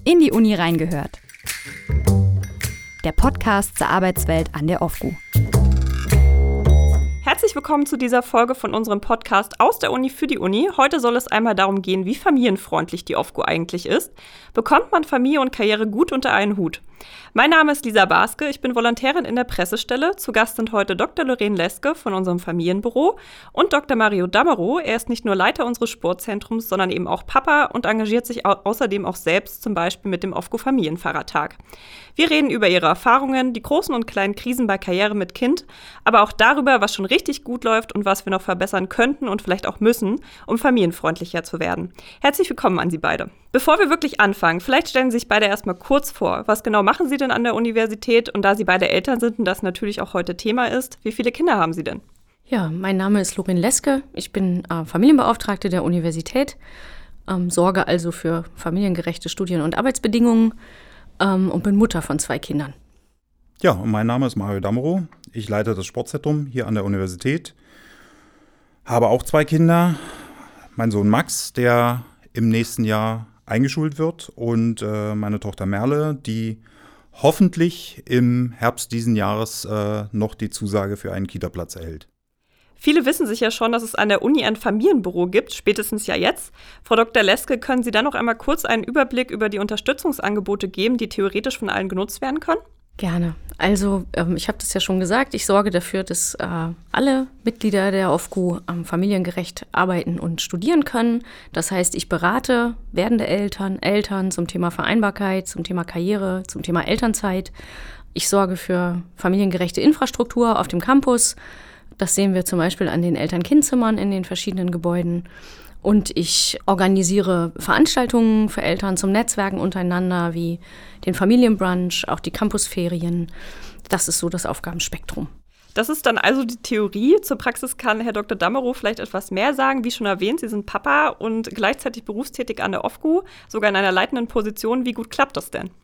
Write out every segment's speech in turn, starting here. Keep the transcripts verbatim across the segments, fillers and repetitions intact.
In die Uni reingehört. Der Podcast zur Arbeitswelt an der O F G U. Herzlich willkommen zu dieser Folge von unserem Podcast aus der Uni für die Uni. Heute soll es einmal darum gehen, wie familienfreundlich die O F G U eigentlich ist. Bekommt man Familie und Karriere gut unter einen Hut? Mein Name ist Lisa Baske, ich bin Volontärin in der Pressestelle. Zu Gast sind heute Doktor Lorraine Leske von unserem Familienbüro und Doktor Mario Damerow. Er ist nicht nur Leiter unseres Sportzentrums, sondern eben auch Papa und engagiert sich au- außerdem auch selbst, zum Beispiel mit dem O F G U-Familienfahrradtag. Wir reden über ihre Erfahrungen, die großen und kleinen Krisen bei Karriere mit Kind, aber auch darüber, was schon richtig gut läuft und was wir noch verbessern könnten und vielleicht auch müssen, um familienfreundlicher zu werden. Herzlich willkommen an Sie beide. Bevor wir wirklich anfangen, vielleicht stellen Sie sich beide erstmal kurz vor. Was genau machen Sie denn an der Universität? Und da Sie beide Eltern sind und das natürlich auch heute Thema ist, wie viele Kinder haben Sie denn? Ja, mein Name ist Lorraine Leske. Ich bin äh, Familienbeauftragte der Universität, ähm, sorge also für familiengerechte Studien- und Arbeitsbedingungen ähm, und bin Mutter von zwei Kindern. Ja, und mein Name ist Mario Damerow. Ich leite das Sportzentrum hier an der Universität. Habe auch zwei Kinder. Mein Sohn Max, der im nächsten Jahr eingeschult wird, und äh, meine Tochter Merle, die hoffentlich im Herbst diesen Jahres äh, noch die Zusage für einen Kita-Platz erhält. Viele wissen sicher schon, dass es an der Uni ein Familienbüro gibt, spätestens ja jetzt. Frau Doktor Leske, können Sie dann noch einmal kurz einen Überblick über die Unterstützungsangebote geben, die theoretisch von allen genutzt werden können? Gerne. Also ähm, ich habe das ja schon gesagt, ich sorge dafür, dass äh, alle Mitglieder der O F G U ähm, familiengerecht arbeiten und studieren können. Das heißt, ich berate werdende Eltern, Eltern zum Thema Vereinbarkeit, zum Thema Karriere, zum Thema Elternzeit. Ich sorge für familiengerechte Infrastruktur auf dem Campus. Das sehen wir zum Beispiel an den Eltern-Kind-Zimmern in den verschiedenen Gebäuden. Und ich organisiere Veranstaltungen für Eltern zum Netzwerken untereinander, wie den Familienbrunch, auch die Campusferien. Das ist so das Aufgabenspektrum. Das ist dann also die Theorie. Zur Praxis kann Herr Doktor Damerow vielleicht etwas mehr sagen. Wie schon erwähnt, Sie sind Papa und gleichzeitig berufstätig an der O F G U, sogar in einer leitenden Position. Wie gut klappt das denn?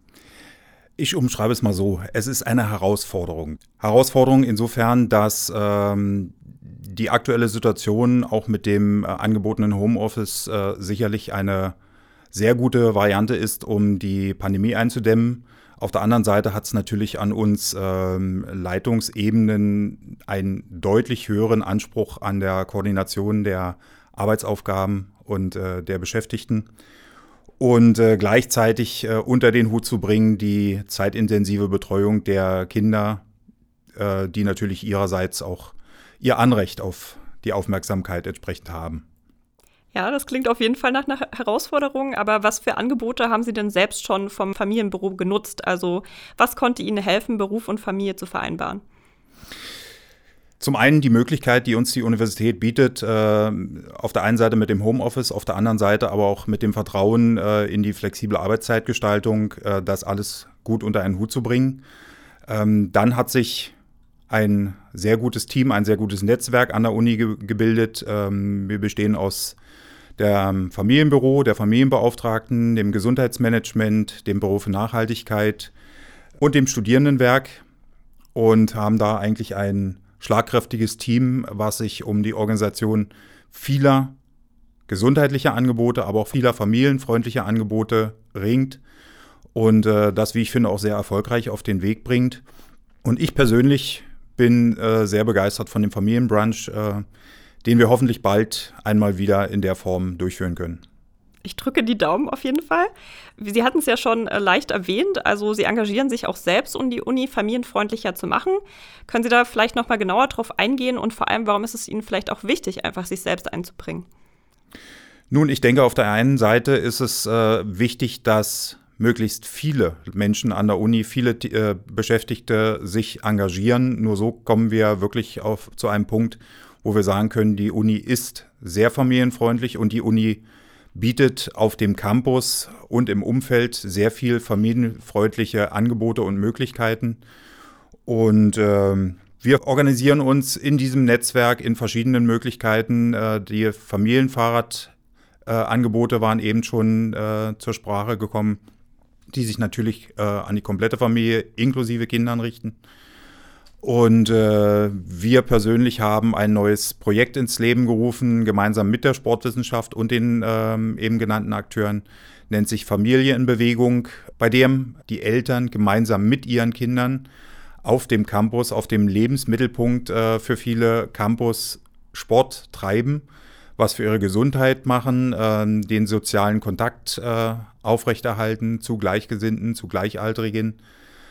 Ich umschreibe es mal so, es ist eine Herausforderung. Herausforderung insofern, dass ähm, die aktuelle Situation auch mit dem äh, angebotenen Homeoffice äh, sicherlich eine sehr gute Variante ist, um die Pandemie einzudämmen. Auf der anderen Seite hat es natürlich an uns ähm, Leitungsebenen einen deutlich höheren Anspruch an der Koordination der Arbeitsaufgaben und äh, der Beschäftigten. Und äh, gleichzeitig äh, unter den Hut zu bringen die zeitintensive Betreuung der Kinder, äh, die natürlich ihrerseits auch ihr Anrecht auf die Aufmerksamkeit entsprechend haben. Ja, das klingt auf jeden Fall nach einer Herausforderung, aber was für Angebote haben Sie denn selbst schon vom Familienbüro genutzt? Also was konnte Ihnen helfen, Beruf und Familie zu vereinbaren? Zum einen die Möglichkeit, die uns die Universität bietet, äh, auf der einen Seite mit dem Homeoffice, auf der anderen Seite aber auch mit dem Vertrauen äh, in die flexible Arbeitszeitgestaltung, äh, das alles gut unter einen Hut zu bringen. Ähm, dann hat sich ein sehr gutes Team, ein sehr gutes Netzwerk an der Uni ge- gebildet. Ähm, wir bestehen aus dem Familienbüro, der Familienbeauftragten, dem Gesundheitsmanagement, dem Büro für Nachhaltigkeit und dem Studierendenwerk und haben da eigentlich ein schlagkräftiges Team, was sich um die Organisation vieler gesundheitlicher Angebote, aber auch vieler familienfreundlicher Angebote ringt und äh, das, wie ich finde, auch sehr erfolgreich auf den Weg bringt. Und ich persönlich bin äh, sehr begeistert von dem Familienbrunch, äh, den wir hoffentlich bald einmal wieder in der Form durchführen können. Ich drücke die Daumen auf jeden Fall. Sie hatten es ja schon äh, leicht erwähnt, also Sie engagieren sich auch selbst, um die Uni familienfreundlicher zu machen. Können Sie da vielleicht noch mal genauer drauf eingehen und vor allem, warum ist es Ihnen vielleicht auch wichtig, einfach sich selbst einzubringen? Nun, ich denke, auf der einen Seite ist es äh, wichtig, dass möglichst viele Menschen an der Uni, viele äh, Beschäftigte sich engagieren. Nur so kommen wir wirklich auf, zu einem Punkt, wo wir sagen können, die Uni ist sehr familienfreundlich und die Uni bietet auf dem Campus und im Umfeld sehr viel familienfreundliche Angebote und Möglichkeiten. Und ähm, wir organisieren uns in diesem Netzwerk in verschiedenen Möglichkeiten. Äh, die Familienfahrradangebote äh, waren eben schon äh, zur Sprache gekommen, die sich natürlich äh, an die komplette Familie inklusive Kindern richten. Und äh, wir persönlich haben ein neues Projekt ins Leben gerufen, gemeinsam mit der Sportwissenschaft und den ähm, eben genannten Akteuren, nennt sich Familie in Bewegung, bei dem die Eltern gemeinsam mit ihren Kindern auf dem Campus, auf dem Lebensmittelpunkt äh, für viele Campus Sport treiben, was für ihre Gesundheit machen, äh, den sozialen Kontakt äh, aufrechterhalten zu Gleichgesinnten, zu Gleichaltrigen,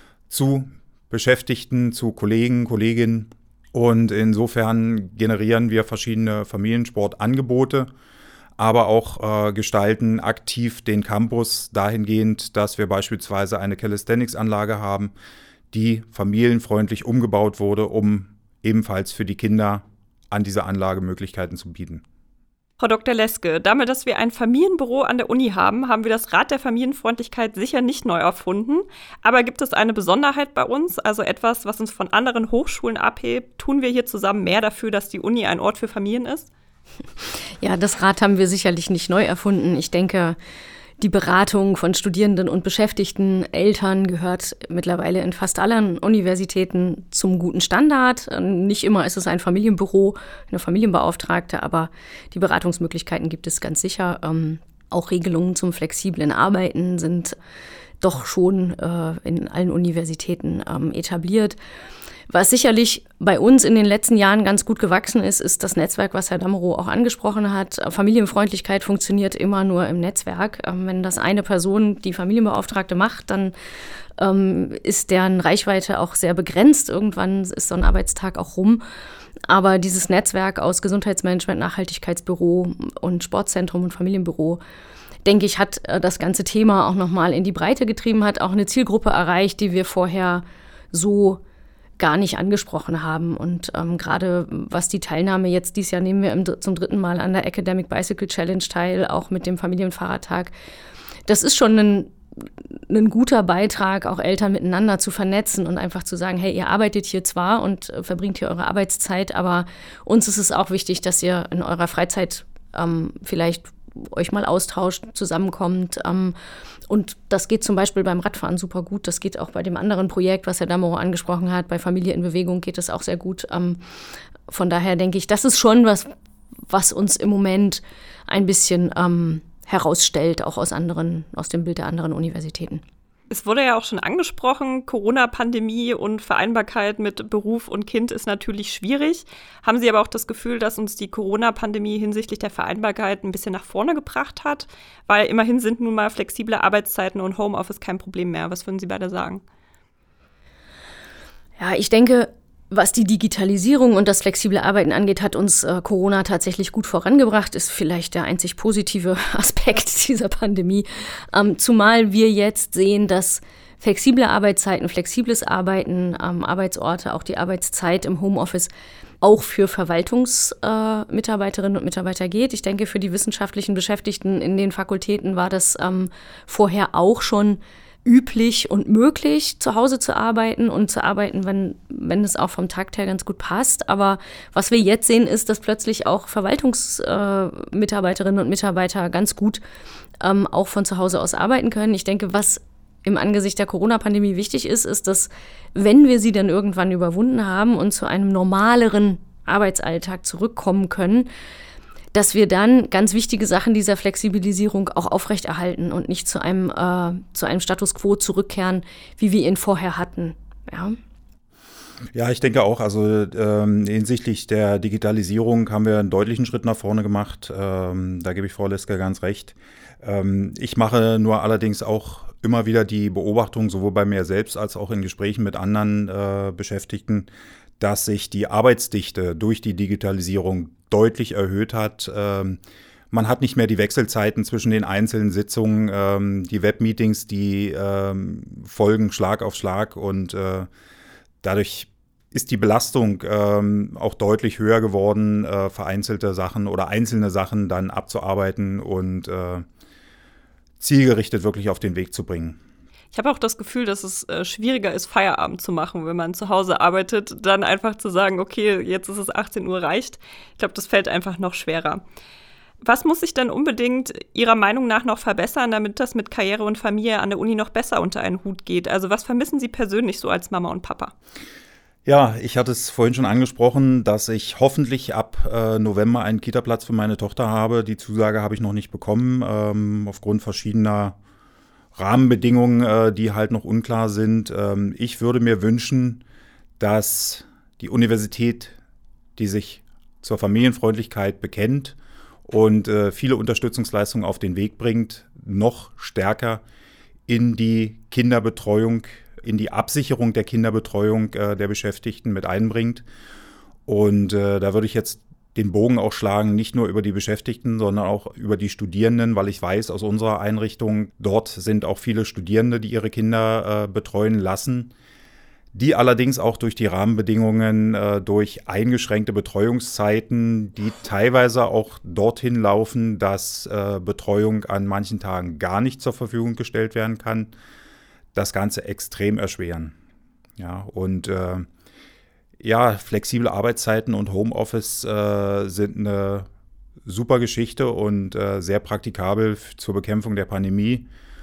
zu Beschäftigten, zu Kollegen, Kolleginnen. Und insofern generieren wir verschiedene Familiensportangebote, aber auch äh, gestalten aktiv den Campus dahingehend, dass wir beispielsweise eine Calisthenics-Anlage haben, die familienfreundlich umgebaut wurde, um ebenfalls für die Kinder an dieser Anlage Möglichkeiten zu bieten. Frau Doktor Leske, damit, dass wir ein Familienbüro an der Uni haben, haben wir das Rad der Familienfreundlichkeit sicher nicht neu erfunden. Aber gibt es eine Besonderheit bei uns, also etwas, was uns von anderen Hochschulen abhebt? Tun wir hier zusammen mehr dafür, dass die Uni ein Ort für Familien ist? Ja, das Rad haben wir sicherlich nicht neu erfunden. Ich denke, die Beratung von Studierenden und Beschäftigten, Eltern gehört mittlerweile in fast allen Universitäten zum guten Standard. Nicht immer ist es ein Familienbüro, eine Familienbeauftragte, aber die Beratungsmöglichkeiten gibt es ganz sicher. Ähm, auch Regelungen zum flexiblen Arbeiten sind doch schon äh, in allen Universitäten ähm, etabliert. Was sicherlich bei uns in den letzten Jahren ganz gut gewachsen ist, ist das Netzwerk, was Herr Damerow auch angesprochen hat. Familienfreundlichkeit funktioniert immer nur im Netzwerk. Ähm, wenn das eine Person, die Familienbeauftragte, macht, dann ähm, ist deren Reichweite auch sehr begrenzt. Irgendwann ist so ein Arbeitstag auch rum. Aber dieses Netzwerk aus Gesundheitsmanagement, Nachhaltigkeitsbüro und Sportzentrum und Familienbüro, denke ich, hat äh, das ganze Thema auch nochmal in die Breite getrieben, hat auch eine Zielgruppe erreicht, die wir vorher so gar nicht angesprochen haben. Und ähm, gerade was die Teilnahme jetzt, dieses Jahr nehmen wir im, zum dritten Mal an der Academic Bicycle Challenge teil, auch mit dem Familienfahrradtag. Das ist schon ein, ein guter Beitrag, auch Eltern miteinander zu vernetzen und einfach zu sagen, hey, ihr arbeitet hier zwar und äh, verbringt hier eure Arbeitszeit, aber uns ist es auch wichtig, dass ihr in eurer Freizeit ähm, vielleicht euch mal austauscht, zusammenkommt. Ähm, und das geht zum Beispiel beim Radfahren super gut. Das geht auch bei dem anderen Projekt, was Herr Damerow angesprochen hat. Bei Familie in Bewegung geht es auch sehr gut. Ähm, von daher denke ich, das ist schon was, was uns im Moment ein bisschen ähm, herausstellt, auch aus anderen, aus dem Bild der anderen Universitäten. Es wurde ja auch schon angesprochen, Corona-Pandemie und Vereinbarkeit mit Beruf und Kind ist natürlich schwierig. Haben Sie aber auch das Gefühl, dass uns die Corona-Pandemie hinsichtlich der Vereinbarkeit ein bisschen nach vorne gebracht hat? Weil immerhin sind nun mal flexible Arbeitszeiten und Homeoffice kein Problem mehr. Was würden Sie beide sagen? Ja, ich denke, was die Digitalisierung und das flexible Arbeiten angeht, hat uns äh, Corona tatsächlich gut vorangebracht, ist vielleicht der einzig positive Aspekt dieser Pandemie. Ähm, zumal wir jetzt sehen, dass flexible Arbeitszeiten, flexibles Arbeiten, ähm, Arbeitsorte, auch die Arbeitszeit im Homeoffice auch für Verwaltungsmitarbeiterinnen äh, und Mitarbeiter geht. Ich denke, für die wissenschaftlichen Beschäftigten in den Fakultäten war das ähm, vorher auch schon üblich und möglich, zu Hause zu arbeiten und zu arbeiten, wenn, wenn es auch vom Takt her ganz gut passt. Aber was wir jetzt sehen, ist, dass plötzlich auch Verwaltungsmitarbeiterinnen äh, und Mitarbeiter ganz gut ähm, auch von zu Hause aus arbeiten können. Ich denke, was im Angesicht der Corona-Pandemie wichtig ist, ist, dass, wenn wir sie dann irgendwann überwunden haben und zu einem normaleren Arbeitsalltag zurückkommen können, dass wir dann ganz wichtige Sachen dieser Flexibilisierung auch aufrechterhalten und nicht zu einem, äh, zu einem Status quo zurückkehren, wie wir ihn vorher hatten. Ja, ja ich denke auch, also ähm, hinsichtlich der Digitalisierung haben wir einen deutlichen Schritt nach vorne gemacht. Ähm, da gebe ich Frau Leske ganz recht. Ähm, ich mache nur allerdings auch immer wieder die Beobachtung, sowohl bei mir selbst als auch in Gesprächen mit anderen äh, Beschäftigten, dass sich die Arbeitsdichte durch die Digitalisierung deutlich erhöht hat. Ähm, man hat nicht mehr die Wechselzeiten zwischen den einzelnen Sitzungen, ähm, die Webmeetings, die ähm, folgen Schlag auf Schlag und äh, dadurch ist die Belastung ähm, auch deutlich höher geworden, äh, vereinzelte Sachen oder einzelne Sachen dann abzuarbeiten und äh, zielgerichtet wirklich auf den Weg zu bringen. Ich habe auch das Gefühl, dass es äh, schwieriger ist, Feierabend zu machen, wenn man zu Hause arbeitet, dann einfach zu sagen, okay, jetzt ist es achtzehn Uhr, reicht. Ich glaube, das fällt einfach noch schwerer. Was muss sich denn unbedingt Ihrer Meinung nach noch verbessern, damit das mit Karriere und Familie an der Uni noch besser unter einen Hut geht? Also was vermissen Sie persönlich so als Mama und Papa? Ja, ich hatte es vorhin schon angesprochen, dass ich hoffentlich ab äh, November einen Kita-Platz für meine Tochter habe. Die Zusage habe ich noch nicht bekommen, ähm, aufgrund verschiedener Rahmenbedingungen, äh, die halt noch unklar sind. Ähm, ich würde mir wünschen, dass die Universität, die sich zur Familienfreundlichkeit bekennt und äh, viele Unterstützungsleistungen auf den Weg bringt, noch stärker in die Kinderbetreuung, in die Absicherung der Kinderbetreuung äh, der Beschäftigten mit einbringt. Und äh, da würde ich jetzt den Bogen auch schlagen, nicht nur über die Beschäftigten, sondern auch über die Studierenden, weil ich weiß aus unserer Einrichtung, dort sind auch viele Studierende, die ihre Kinder äh, betreuen lassen, die allerdings auch durch die Rahmenbedingungen, äh, durch eingeschränkte Betreuungszeiten, die teilweise auch dorthin laufen, dass äh, Betreuung an manchen Tagen gar nicht zur Verfügung gestellt werden kann, das Ganze extrem erschweren. Ja, und äh, ja, flexible Arbeitszeiten und Homeoffice äh, sind eine super Geschichte und äh, sehr praktikabel f- zur Bekämpfung der Pandemie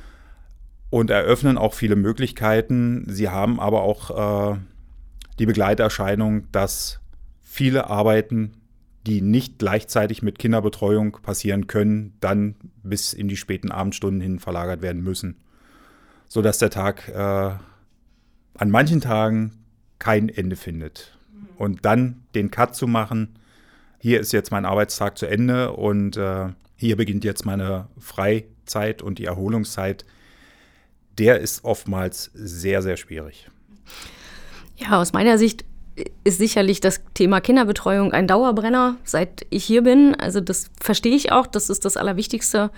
und eröffnen auch viele Möglichkeiten. Sie haben aber auch äh, die Begleiterscheinung, dass viele Arbeiten, die nicht gleichzeitig mit Kinderbetreuung passieren können, dann bis in die späten Abendstunden hin verlagert werden müssen, sodass der Tag äh, an manchen Tagen kein Ende findet. Und dann den Cut zu machen, hier ist jetzt mein Arbeitstag zu Ende und äh, hier beginnt jetzt meine Freizeit und die Erholungszeit, der ist oftmals sehr, sehr schwierig. Ja, aus meiner Sicht ist sicherlich das Thema Kinderbetreuung ein Dauerbrenner, seit ich hier bin. Also das verstehe ich auch, das ist das Allerwichtigste,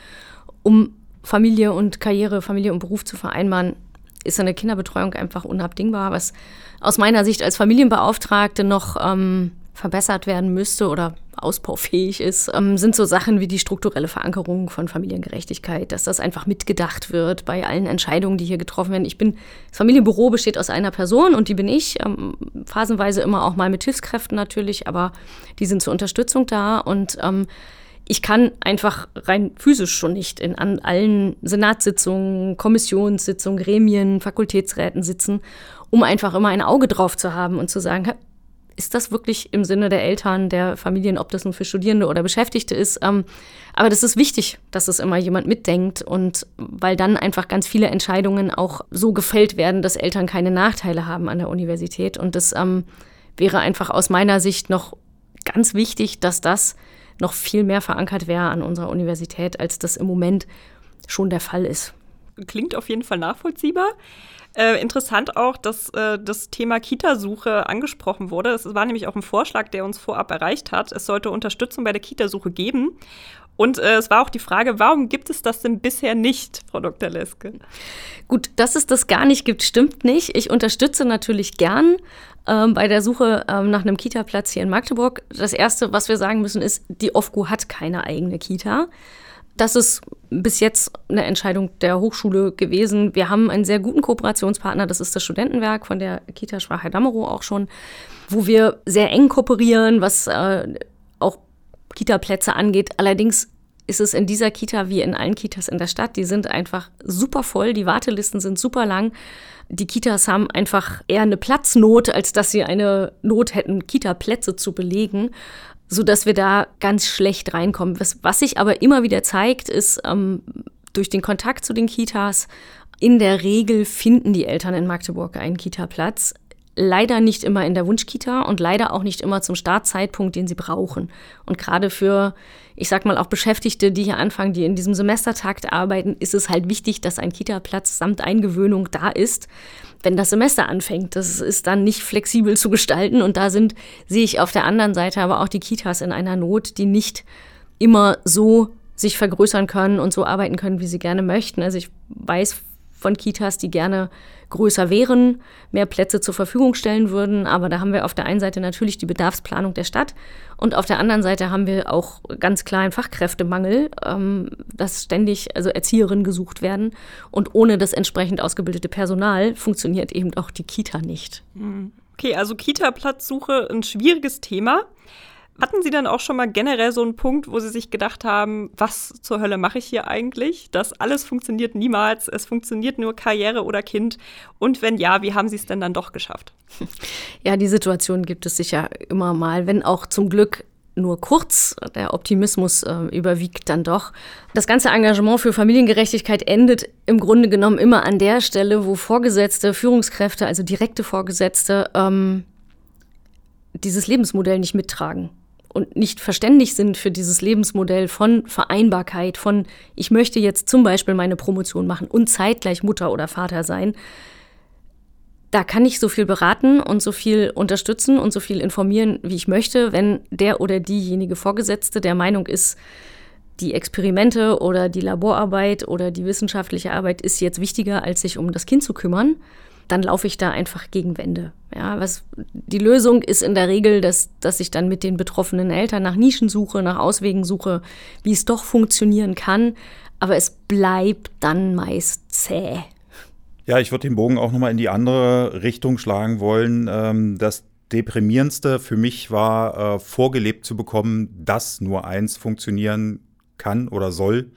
um Familie und Karriere, Familie und Beruf zu vereinbaren, ist eine Kinderbetreuung einfach unabdingbar, was aus meiner Sicht als Familienbeauftragte noch ähm, verbessert werden müsste oder ausbaufähig ist, ähm, sind so Sachen wie die strukturelle Verankerung von Familiengerechtigkeit, dass das einfach mitgedacht wird bei allen Entscheidungen, die hier getroffen werden. Ich bin, das Familienbüro besteht aus einer Person und die bin ich, ähm, phasenweise immer auch mal mit Hilfskräften natürlich, aber die sind zur Unterstützung da und ähm, ich kann einfach rein physisch schon nicht in an allen Senatssitzungen, Kommissionssitzungen, Gremien, Fakultätsräten sitzen, um einfach immer ein Auge drauf zu haben und zu sagen, ist das wirklich im Sinne der Eltern, der Familien, ob das nun für Studierende oder Beschäftigte ist. Ähm, aber das ist wichtig, dass es immer jemand mitdenkt und weil dann einfach ganz viele Entscheidungen auch so gefällt werden, dass Eltern keine Nachteile haben an der Universität. Und das ähm, wäre einfach aus meiner Sicht noch ganz wichtig, dass das noch viel mehr verankert wäre an unserer Universität, als das im Moment schon der Fall ist. Klingt auf jeden Fall nachvollziehbar. Äh, interessant auch, dass äh, das Thema Kitasuche angesprochen wurde. Es war nämlich auch ein Vorschlag, der uns vorab erreicht hat. Es sollte Unterstützung bei der Kitasuche geben. Und äh, es war auch die Frage, warum gibt es das denn bisher nicht, Frau Doktor Leske? Gut, dass es das gar nicht gibt, stimmt nicht. Ich unterstütze natürlich gern ähm, bei der Suche ähm, nach einem Kita-Platz hier in Magdeburg. Das Erste, was wir sagen müssen, ist, die OFGU hat keine eigene Kita. Das ist bis jetzt eine Entscheidung der Hochschule gewesen. Wir haben einen sehr guten Kooperationspartner, das ist das Studentenwerk von der Kita Schwachheim-Damerow auch schon, wo wir sehr eng kooperieren, was äh, auch Kita-Plätze angeht. Allerdings ist es in dieser Kita wie in allen Kitas in der Stadt, die sind einfach super voll, die Wartelisten sind super lang. Die Kitas haben einfach eher eine Platznot, als dass sie eine Not hätten, Kita-Plätze zu belegen, sodass wir da ganz schlecht reinkommen. Was, was sich aber immer wieder zeigt, ist ähm, durch den Kontakt zu den Kitas, in der Regel finden die Eltern in Magdeburg einen Kita-Platz. Leider nicht immer in der Wunschkita und leider auch nicht immer zum Startzeitpunkt, den sie brauchen. Und gerade für, ich sag mal, auch Beschäftigte, die hier anfangen, die in diesem Semestertakt arbeiten, ist es halt wichtig, dass ein Kita-Platz samt Eingewöhnung da ist, wenn das Semester anfängt. Das ist dann nicht flexibel zu gestalten. Und da sind, sehe ich auf der anderen Seite aber auch die Kitas in einer Not, die nicht immer so sich vergrößern können und so arbeiten können, wie sie gerne möchten. Also ich weiß von Kitas, die gerne größer wären, mehr Plätze zur Verfügung stellen würden. Aber da haben wir auf der einen Seite natürlich die Bedarfsplanung der Stadt und auf der anderen Seite haben wir auch ganz klar einen Fachkräftemangel, ähm, dass ständig also Erzieherinnen gesucht werden. Und ohne das entsprechend ausgebildete Personal funktioniert eben auch die Kita nicht. Okay, also Kita-Platzsuche, ein schwieriges Thema. Hatten Sie dann auch schon mal generell so einen Punkt, wo Sie sich gedacht haben, was zur Hölle mache ich hier eigentlich? Das alles funktioniert niemals, es funktioniert nur Karriere oder Kind. Und wenn ja, wie haben Sie es denn dann doch geschafft? Ja, die Situation gibt es sicher immer mal, wenn auch zum Glück nur kurz. Der Optimismus äh, überwiegt dann doch. Das ganze Engagement für Familiengerechtigkeit endet im Grunde genommen immer an der Stelle, wo Vorgesetzte, Führungskräfte, also direkte Vorgesetzte, ähm, dieses Lebensmodell nicht mittragen und nicht verständlich sind für dieses Lebensmodell von Vereinbarkeit, von ich möchte jetzt zum Beispiel meine Promotion machen und zeitgleich Mutter oder Vater sein. Da kann ich so viel beraten und so viel unterstützen und so viel informieren, wie ich möchte, wenn der oder diejenige Vorgesetzte der Meinung ist, die Experimente oder die Laborarbeit oder die wissenschaftliche Arbeit ist jetzt wichtiger, als sich um das Kind zu kümmern, dann laufe ich da einfach gegen Wände. Ja, was, die Lösung ist in der Regel, dass, dass ich dann mit den betroffenen Eltern nach Nischen suche, nach Auswegen suche, wie es doch funktionieren kann. Aber es bleibt dann meist zäh. Ja, ich würde den Bogen auch nochmal in die andere Richtung schlagen wollen. Das Deprimierendste für mich war, vorgelebt zu bekommen, dass nur eins funktionieren kann oder soll,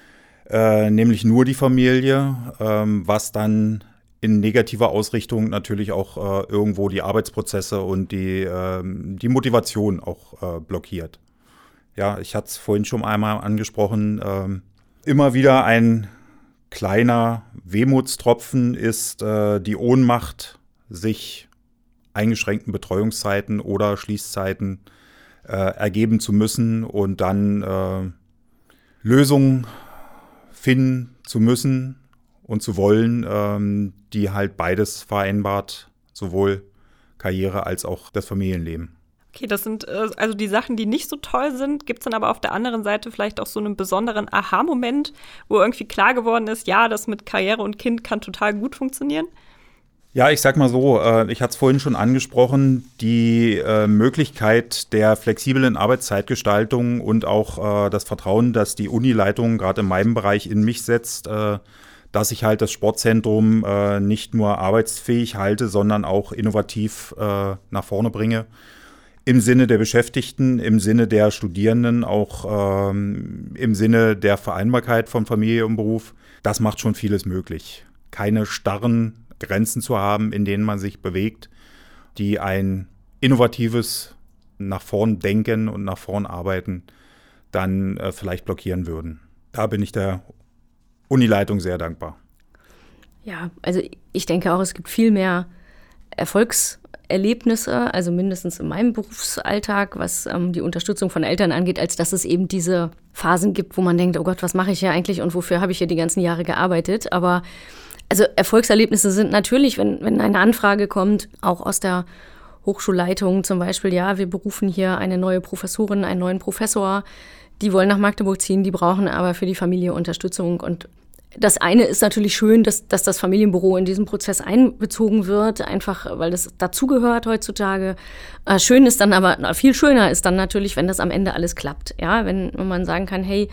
nämlich nur die Familie, was dann in negativer Ausrichtung natürlich auch äh, irgendwo die Arbeitsprozesse und die, äh, die Motivation auch äh, blockiert. Ja, ich hatte es vorhin schon einmal angesprochen, äh, immer wieder ein kleiner Wehmutstropfen ist äh, die Ohnmacht, sich eingeschränkten Betreuungszeiten oder Schließzeiten äh, ergeben zu müssen und dann äh, Lösungen finden zu müssen und zu wollen, ähm, die halt beides vereinbart, sowohl Karriere als auch das Familienleben. Okay, das sind äh, also die Sachen, die nicht so toll sind. Gibt es dann aber auf der anderen Seite vielleicht auch so einen besonderen Aha-Moment, wo irgendwie klar geworden ist, ja, das mit Karriere und Kind kann total gut funktionieren? Ja, ich sag mal so, äh, ich hatte es vorhin schon angesprochen, die äh, Möglichkeit der flexiblen Arbeitszeitgestaltung und auch äh, das Vertrauen, das die Unileitung gerade in meinem Bereich in mich setzt, äh, dass ich halt das Sportzentrum äh, nicht nur arbeitsfähig halte, sondern auch innovativ äh, nach vorne bringe. Im Sinne der Beschäftigten, im Sinne der Studierenden, auch ähm, im Sinne der Vereinbarkeit von Familie und Beruf. Das macht schon vieles möglich. Keine starren Grenzen zu haben, in denen man sich bewegt, die ein innovatives nach vorn denken und nach vorn arbeiten dann äh, vielleicht blockieren würden. Da bin ich der Unileitung sehr dankbar. Ja, also ich denke auch, es gibt viel mehr Erfolgserlebnisse, also mindestens in meinem Berufsalltag, was ähm, die Unterstützung von Eltern angeht, als dass es eben diese Phasen gibt, wo man denkt, oh Gott, was mache ich hier eigentlich und wofür habe ich hier die ganzen Jahre gearbeitet? Aber also Erfolgserlebnisse sind natürlich, wenn, wenn eine Anfrage kommt, auch aus der Hochschulleitung zum Beispiel, ja, wir berufen hier eine neue Professorin, einen neuen Professor, die wollen nach Magdeburg ziehen, die brauchen aber für die Familie Unterstützung. Und das eine ist natürlich schön, dass, dass das Familienbüro in diesen Prozess einbezogen wird, einfach weil das dazugehört heutzutage. Äh, schön ist dann aber, viel schöner ist dann natürlich, wenn das am Ende alles klappt. Ja, wenn, wenn man sagen kann, hey,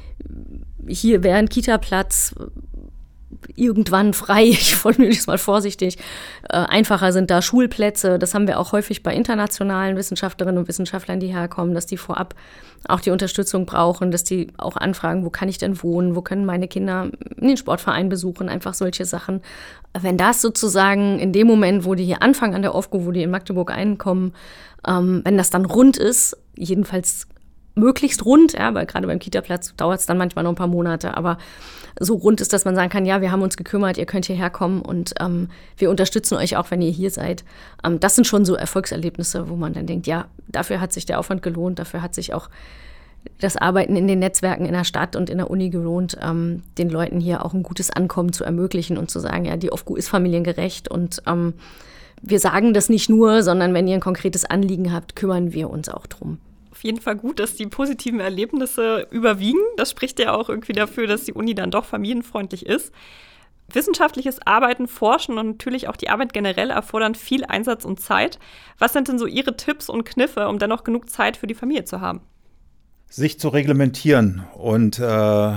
hier wäre ein Kita-Platz irgendwann frei, ich formuliere das mal vorsichtig, äh, einfacher sind da Schulplätze. Das haben wir auch häufig bei internationalen Wissenschaftlerinnen und Wissenschaftlern, die herkommen, dass die vorab auch die Unterstützung brauchen, dass die auch anfragen, wo kann ich denn wohnen, wo können meine Kinder den Sportverein besuchen, einfach solche Sachen. Wenn das sozusagen in dem Moment, wo die hier anfangen an der OFGO, wo die in Magdeburg einkommen, ähm, wenn das dann rund ist, jedenfalls möglichst rund, ja, weil gerade beim Kita-Platz dauert es dann manchmal noch ein paar Monate, aber so rund ist, dass man sagen kann, ja, wir haben uns gekümmert, ihr könnt hierher kommen und ähm, wir unterstützen euch auch, wenn ihr hier seid. Ähm, das sind schon so Erfolgserlebnisse, wo man dann denkt, ja, dafür hat sich der Aufwand gelohnt, dafür hat sich auch das Arbeiten in den Netzwerken in der Stadt und in der Uni gelohnt, ähm, den Leuten hier auch ein gutes Ankommen zu ermöglichen und zu sagen, ja, die OFGU ist familiengerecht und ähm, wir sagen das nicht nur, sondern wenn ihr ein konkretes Anliegen habt, kümmern wir uns auch drum. Auf jeden Fall gut, dass die positiven Erlebnisse überwiegen. Das spricht ja auch irgendwie dafür, dass die Uni dann doch familienfreundlich ist. Wissenschaftliches Arbeiten, Forschen und natürlich auch die Arbeit generell erfordern viel Einsatz und Zeit. Was sind denn so Ihre Tipps und Kniffe, um dennoch genug Zeit für die Familie zu haben? Sich zu reglementieren und äh,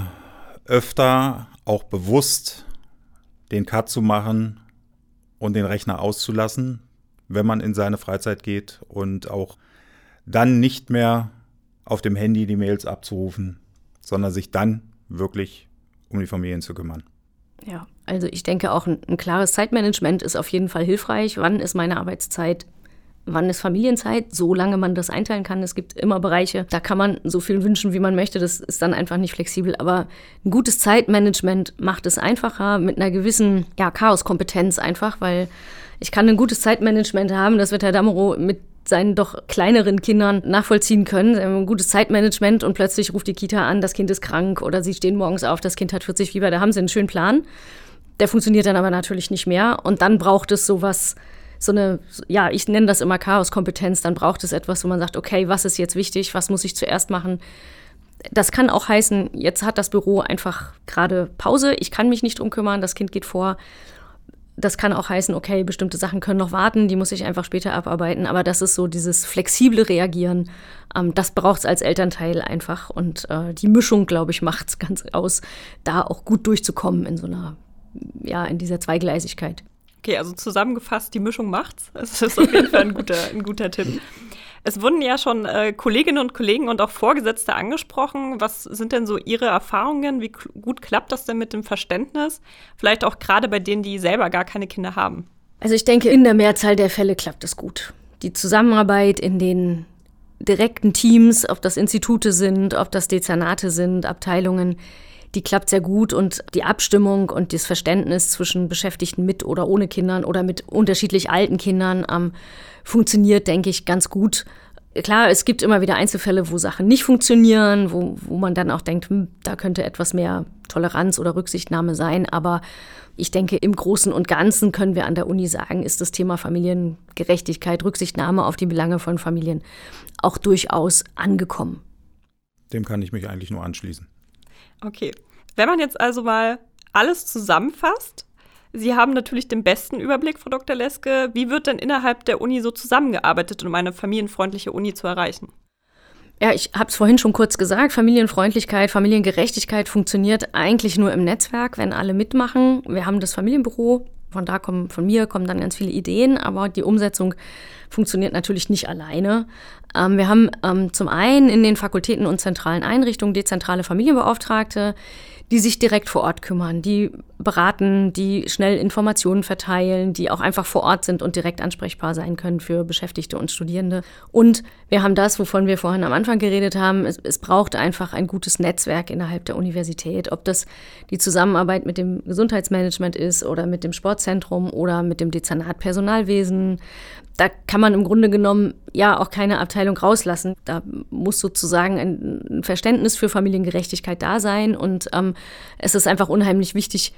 öfter auch bewusst den Cut zu machen und den Rechner auszulassen, wenn man in seine Freizeit geht und auch dann nicht mehr auf dem Handy die Mails abzurufen, sondern sich dann wirklich um die Familien zu kümmern. Ja, also ich denke auch, ein, ein klares Zeitmanagement ist auf jeden Fall hilfreich. Wann ist meine Arbeitszeit? Wann ist Familienzeit? Solange man das einteilen kann. Es gibt immer Bereiche, da kann man so viel wünschen, wie man möchte. Das ist dann einfach nicht flexibel. Aber ein gutes Zeitmanagement macht es einfacher mit einer gewissen ja, Chaoskompetenz einfach, weil ich kann ein gutes Zeitmanagement haben. Das wird Herr Damerow mit seinen doch kleineren Kindern nachvollziehen können. Sie haben ein gutes Zeitmanagement und plötzlich ruft die Kita an, das Kind ist krank oder sie stehen morgens auf, das Kind hat vierzig Fieber. Da haben sie einen schönen Plan. Der funktioniert dann aber natürlich nicht mehr. Und dann braucht es sowas, so eine, ja, ich nenne das immer Chaoskompetenz. Dann braucht es etwas, wo man sagt, okay, was ist jetzt wichtig? Was muss ich zuerst machen? Das kann auch heißen, jetzt hat das Büro einfach gerade Pause. Ich kann mich nicht drum kümmern, das Kind geht vor. Das kann auch heißen, okay, bestimmte Sachen können noch warten, die muss ich einfach später abarbeiten. Aber das ist so dieses flexible Reagieren, ähm, das braucht es als Elternteil einfach. Und äh, die Mischung, glaube ich, macht es ganz aus, da auch gut durchzukommen in so einer, ja, in dieser Zweigleisigkeit. Okay, also zusammengefasst, die Mischung macht's. Das ist auf jeden Fall ein guter, ein guter Tipp. Es wurden ja schon äh, Kolleginnen und Kollegen und auch Vorgesetzte angesprochen. Was sind denn so Ihre Erfahrungen? Wie k- gut klappt das denn mit dem Verständnis? Vielleicht auch gerade bei denen, die selber gar keine Kinder haben. Also ich denke, in der Mehrzahl der Fälle klappt es gut. Die Zusammenarbeit in den direkten Teams, ob das Institute sind, ob das Dezernate sind, Abteilungen, die klappt sehr gut. Und die Abstimmung und das Verständnis zwischen Beschäftigten mit oder ohne Kindern oder mit unterschiedlich alten Kindern ähm, funktioniert, denke ich, ganz gut. Klar, es gibt immer wieder Einzelfälle, wo Sachen nicht funktionieren, wo, wo man dann auch denkt, hm, da könnte etwas mehr Toleranz oder Rücksichtnahme sein. Aber ich denke, im Großen und Ganzen können wir an der Uni sagen, ist das Thema Familiengerechtigkeit, Rücksichtnahme auf die Belange von Familien auch durchaus angekommen. Dem kann ich mich eigentlich nur anschließen. Okay. Wenn man jetzt also mal alles zusammenfasst, Sie haben natürlich den besten Überblick, Frau Doktor Leske. Wie wird denn innerhalb der Uni so zusammengearbeitet, um eine familienfreundliche Uni zu erreichen? Ja, ich habe es vorhin schon kurz gesagt, Familienfreundlichkeit, Familiengerechtigkeit funktioniert eigentlich nur im Netzwerk, wenn alle mitmachen. Wir haben das Familienbüro, von da kommen, von mir kommen dann ganz viele Ideen, aber die Umsetzung funktioniert natürlich nicht alleine. Ähm, wir haben ähm, zum einen in den Fakultäten und zentralen Einrichtungen dezentrale Familienbeauftragte, die sich direkt vor Ort kümmern, die beraten, die schnell Informationen verteilen, die auch einfach vor Ort sind und direkt ansprechbar sein können für Beschäftigte und Studierende. Und wir haben das, wovon wir vorhin am Anfang geredet haben, es, es braucht einfach ein gutes Netzwerk innerhalb der Universität, ob das die Zusammenarbeit mit dem Gesundheitsmanagement ist oder mit dem Sportzentrum oder mit dem Dezernat Personalwesen. Da kann man im Grunde genommen ja auch keine Abteilung rauslassen. Da muss sozusagen ein Verständnis für Familiengerechtigkeit da sein. Und ähm, es ist einfach unheimlich wichtig,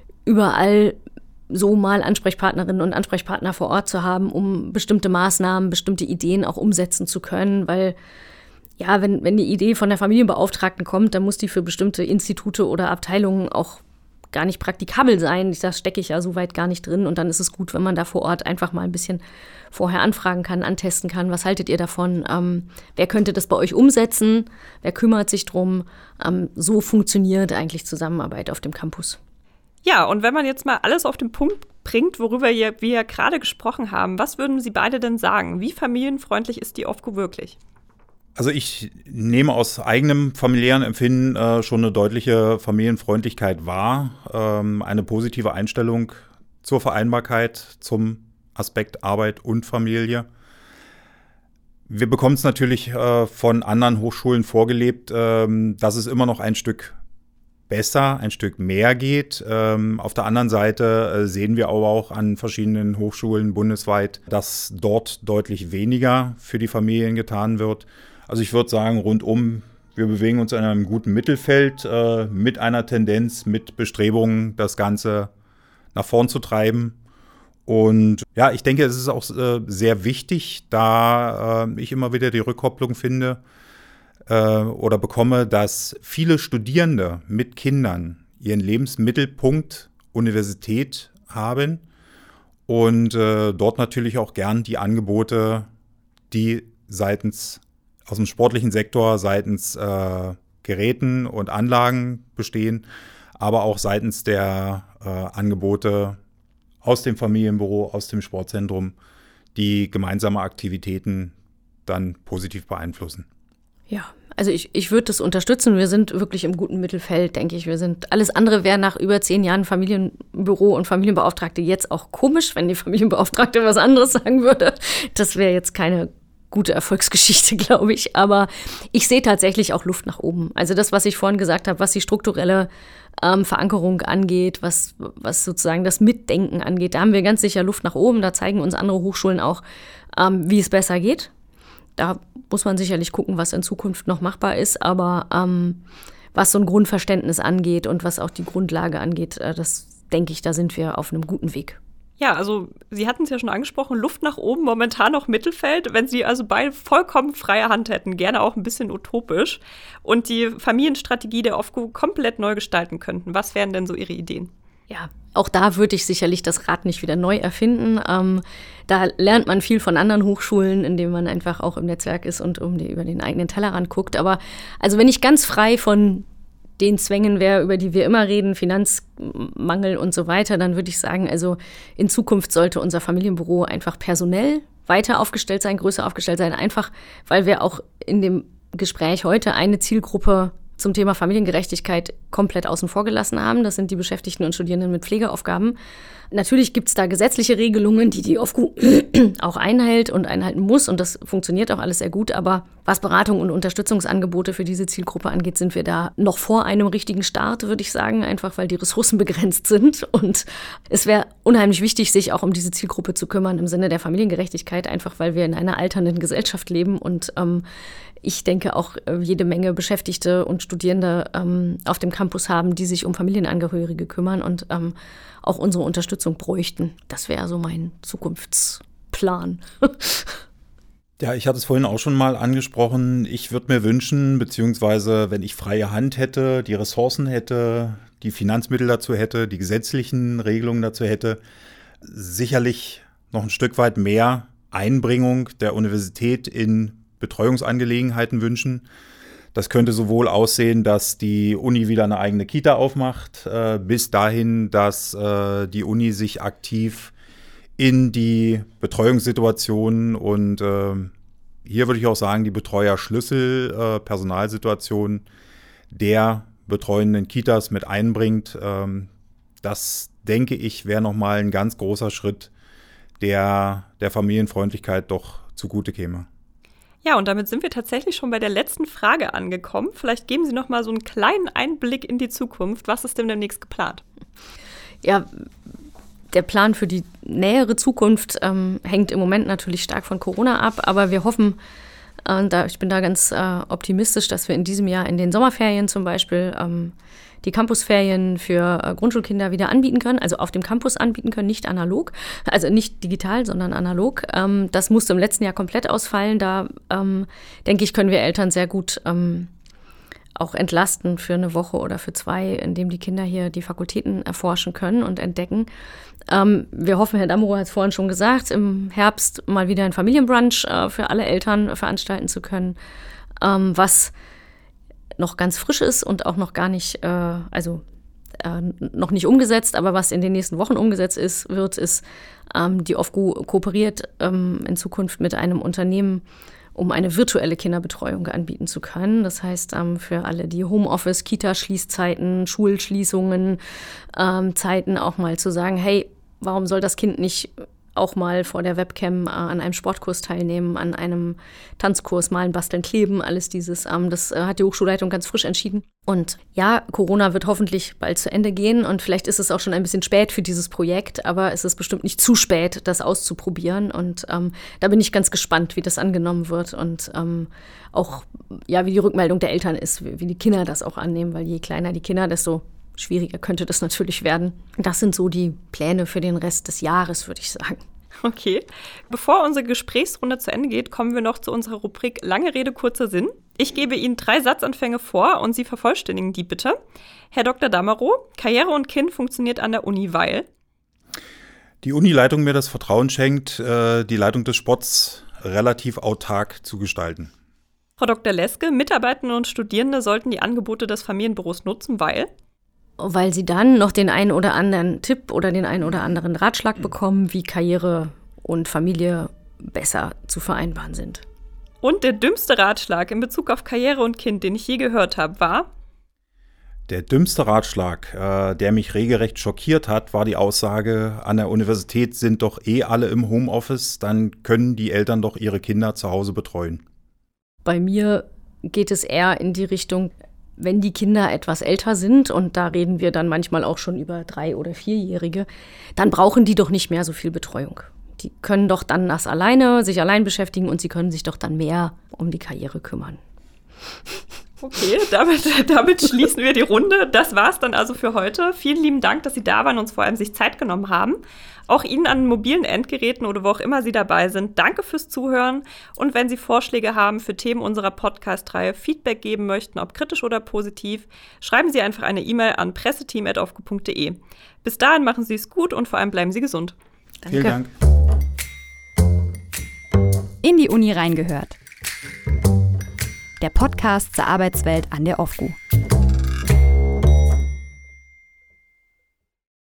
überall so mal Ansprechpartnerinnen und Ansprechpartner vor Ort zu haben, um bestimmte Maßnahmen, bestimmte Ideen auch umsetzen zu können. Weil ja, wenn, wenn die Idee von der Familienbeauftragten kommt, dann muss die für bestimmte Institute oder Abteilungen auch gar nicht praktikabel sein. Da stecke ich ja so weit gar nicht drin. Und dann ist es gut, wenn man da vor Ort einfach mal ein bisschen vorher anfragen kann, antesten kann. Was haltet ihr davon? Ähm, wer könnte das bei euch umsetzen? Wer kümmert sich drum? Ähm, so funktioniert eigentlich Zusammenarbeit auf dem Campus. Ja, und wenn man jetzt mal alles auf den Punkt bringt, worüber wir ja gerade gesprochen haben, was würden Sie beide denn sagen? Wie familienfreundlich ist die OFGU wirklich? Also ich nehme aus eigenem familiären Empfinden äh, schon eine deutliche Familienfreundlichkeit wahr, ähm, eine positive Einstellung zur Vereinbarkeit, zum Aspekt Arbeit und Familie. Wir bekommen es natürlich äh, von anderen Hochschulen vorgelebt, ähm, dass es immer noch ein Stück besser, ein Stück mehr geht. Ähm, auf der anderen Seite äh, sehen wir aber auch an verschiedenen Hochschulen bundesweit, dass dort deutlich weniger für die Familien getan wird. Also ich würde sagen, rundum, wir bewegen uns in einem guten Mittelfeld äh, mit einer Tendenz, mit Bestrebungen, das Ganze nach vorn zu treiben. Und ja, ich denke, es ist auch äh, sehr wichtig, da äh, ich immer wieder die Rückkopplung finde äh, oder bekomme, dass viele Studierende mit Kindern ihren Lebensmittelpunkt Universität haben und äh, dort natürlich auch gern die Angebote, die seitens aus dem sportlichen Sektor seitens äh, Geräten und Anlagen bestehen, aber auch seitens der äh, Angebote aus dem Familienbüro, aus dem Sportzentrum, die gemeinsame Aktivitäten dann positiv beeinflussen. Ja, also ich, ich würde das unterstützen. Wir sind wirklich im guten Mittelfeld, denke ich. Wir sind, alles andere wäre nach über zehn Jahren Familienbüro und Familienbeauftragte jetzt auch komisch, wenn die Familienbeauftragte was anderes sagen würde. Das wäre jetzt keine gute Erfolgsgeschichte, glaube ich. Aber ich sehe tatsächlich auch Luft nach oben. Also das, was ich vorhin gesagt habe, was die strukturelle ähm, Verankerung angeht, was, was sozusagen das Mitdenken angeht, da haben wir ganz sicher Luft nach oben. Da zeigen uns andere Hochschulen auch, ähm, wie es besser geht. Da muss man sicherlich gucken, was in Zukunft noch machbar ist. Aber ähm, was so ein Grundverständnis angeht und was auch die Grundlage angeht, äh, das denke ich, da sind wir auf einem guten Weg. Ja, also Sie hatten es ja schon angesprochen, Luft nach oben, momentan noch Mittelfeld. Wenn Sie also beide vollkommen freie Hand hätten, gerne auch ein bisschen utopisch, und die Familienstrategie der OFGU komplett neu gestalten könnten, was wären denn so Ihre Ideen? Ja, auch da würde ich sicherlich das Rad nicht wieder neu erfinden. Ähm, da lernt man viel von anderen Hochschulen, indem man einfach auch im Netzwerk ist und um die, über den eigenen Tellerrand guckt. Aber also wenn ich ganz frei von den Zwängen wäre, über die wir immer reden, Finanzmangel und so weiter, dann würde ich sagen, also in Zukunft sollte unser Familienbüro einfach personell weiter aufgestellt sein, größer aufgestellt sein, einfach weil wir auch in dem Gespräch heute eine Zielgruppe zum Thema Familiengerechtigkeit komplett außen vor gelassen haben. Das sind die Beschäftigten und Studierenden mit Pflegeaufgaben. Natürlich gibt es da gesetzliche Regelungen, die die OFGU auch einhält und einhalten muss. Und das funktioniert auch alles sehr gut. Aber was Beratung und Unterstützungsangebote für diese Zielgruppe angeht, sind wir da noch vor einem richtigen Start, würde ich sagen. Einfach weil die Ressourcen begrenzt sind. Und es wäre unheimlich wichtig, sich auch um diese Zielgruppe zu kümmern im Sinne der Familiengerechtigkeit. Einfach weil wir in einer alternden Gesellschaft leben und ähm, ich denke auch jede Menge Beschäftigte und Studierende ähm, auf dem Campus haben, die sich um Familienangehörige kümmern und ähm, auch unsere Unterstützung bräuchten. Das wäre so mein Zukunftsplan. Ja, ich hatte es vorhin auch schon mal angesprochen. Ich würde mir wünschen, beziehungsweise wenn ich freie Hand hätte, die Ressourcen hätte, die Finanzmittel dazu hätte, die gesetzlichen Regelungen dazu hätte, sicherlich noch ein Stück weit mehr Einbringung der Universität in Betreuungsangelegenheiten wünschen. Das könnte sowohl aussehen, dass die Uni wieder eine eigene Kita aufmacht, äh, bis dahin, dass äh, die Uni sich aktiv in die Betreuungssituation und äh, hier würde ich auch sagen, die Betreuerschlüssel, äh, Personalsituation der betreuenden Kitas mit einbringt. Ähm, das, denke ich, wäre nochmal ein ganz großer Schritt, der der Familienfreundlichkeit doch zugute käme. Ja, und damit sind wir tatsächlich schon bei der letzten Frage angekommen. Vielleicht geben Sie noch mal so einen kleinen Einblick in die Zukunft. Was ist denn demnächst geplant? Ja, der Plan für die nähere Zukunft ähm, hängt im Moment natürlich stark von Corona ab. Aber wir hoffen, äh, da, ich bin da ganz äh, optimistisch, dass wir in diesem Jahr in den Sommerferien zum Beispiel ähm, die Campusferien für äh, Grundschulkinder wieder anbieten können, also auf dem Campus anbieten können, nicht analog, also nicht digital, sondern analog. Ähm, das musste im letzten Jahr komplett ausfallen. Da, ähm, denke ich, können wir Eltern sehr gut ähm, auch entlasten für eine Woche oder für zwei, indem die Kinder hier die Fakultäten erforschen können und entdecken. Ähm, wir hoffen, Herr Damerow hat es vorhin schon gesagt, im Herbst mal wieder ein Familienbrunch äh, für alle Eltern veranstalten zu können, ähm, was noch ganz frisch ist und auch noch gar nicht, äh, also äh, noch nicht umgesetzt, aber was in den nächsten Wochen umgesetzt ist, wird, ist, ähm, die OFGU kooperiert ähm, in Zukunft mit einem Unternehmen, um eine virtuelle Kinderbetreuung anbieten zu können. Das heißt, ähm, für alle, die Homeoffice, Kita-Schließzeiten, Schulschließungen, ähm, Zeiten auch mal zu sagen, hey, warum soll das Kind nicht auch mal vor der Webcam äh, an einem Sportkurs teilnehmen, an einem Tanzkurs, malen, basteln, kleben, alles dieses. Ähm, das äh, hat die Hochschulleitung ganz frisch entschieden. Und ja, Corona wird hoffentlich bald zu Ende gehen und vielleicht ist es auch schon ein bisschen spät für dieses Projekt, aber es ist bestimmt nicht zu spät, das auszuprobieren. Und ähm, da bin ich ganz gespannt, wie das angenommen wird und ähm, auch, ja, wie die Rückmeldung der Eltern ist, wie, wie die Kinder das auch annehmen, weil je kleiner die Kinder, desto schwieriger könnte das natürlich werden. Das sind so die Pläne für den Rest des Jahres, würde ich sagen. Okay. Bevor unsere Gesprächsrunde zu Ende geht, kommen wir noch zu unserer Rubrik Lange Rede, kurzer Sinn. Ich gebe Ihnen drei Satzanfänge vor und Sie vervollständigen die bitte. Herr Doktor Damerow, Karriere und Kind funktioniert an der Uni, weil? Die Unileitung mir das Vertrauen schenkt, die Leitung des Sports relativ autark zu gestalten. Frau Doktor Leske, Mitarbeitende und Studierende sollten die Angebote des Familienbüros nutzen, weil? Weil sie dann noch den einen oder anderen Tipp oder den einen oder anderen Ratschlag bekommen, wie Karriere und Familie besser zu vereinbaren sind. Und der dümmste Ratschlag in Bezug auf Karriere und Kind, den ich je gehört habe, war? Der dümmste Ratschlag, äh, der mich regelrecht schockiert hat, war die Aussage, an der Universität sind doch eh alle im Homeoffice, dann können die Eltern doch ihre Kinder zu Hause betreuen. Bei mir geht es eher in die Richtung, wenn die Kinder etwas älter sind, und da reden wir dann manchmal auch schon über drei- oder vierjährige, dann brauchen die doch nicht mehr so viel Betreuung. Die können doch dann das alleine, sich allein beschäftigen und sie können sich doch dann mehr um die Karriere kümmern. Okay, damit, damit schließen wir die Runde. Das war's dann also für heute. Vielen lieben Dank, dass Sie da waren und uns vor allem sich Zeit genommen haben. Auch Ihnen an mobilen Endgeräten oder wo auch immer Sie dabei sind, danke fürs Zuhören. Und wenn Sie Vorschläge haben für Themen unserer Podcast-Reihe, Feedback geben möchten, ob kritisch oder positiv, schreiben Sie einfach eine E-Mail an presseteam at ofgo punkt de. Bis dahin machen Sie es gut und vor allem bleiben Sie gesund. Danke. Vielen Dank. In die Uni reingehört. Der Podcast zur Arbeitswelt an der OFGU.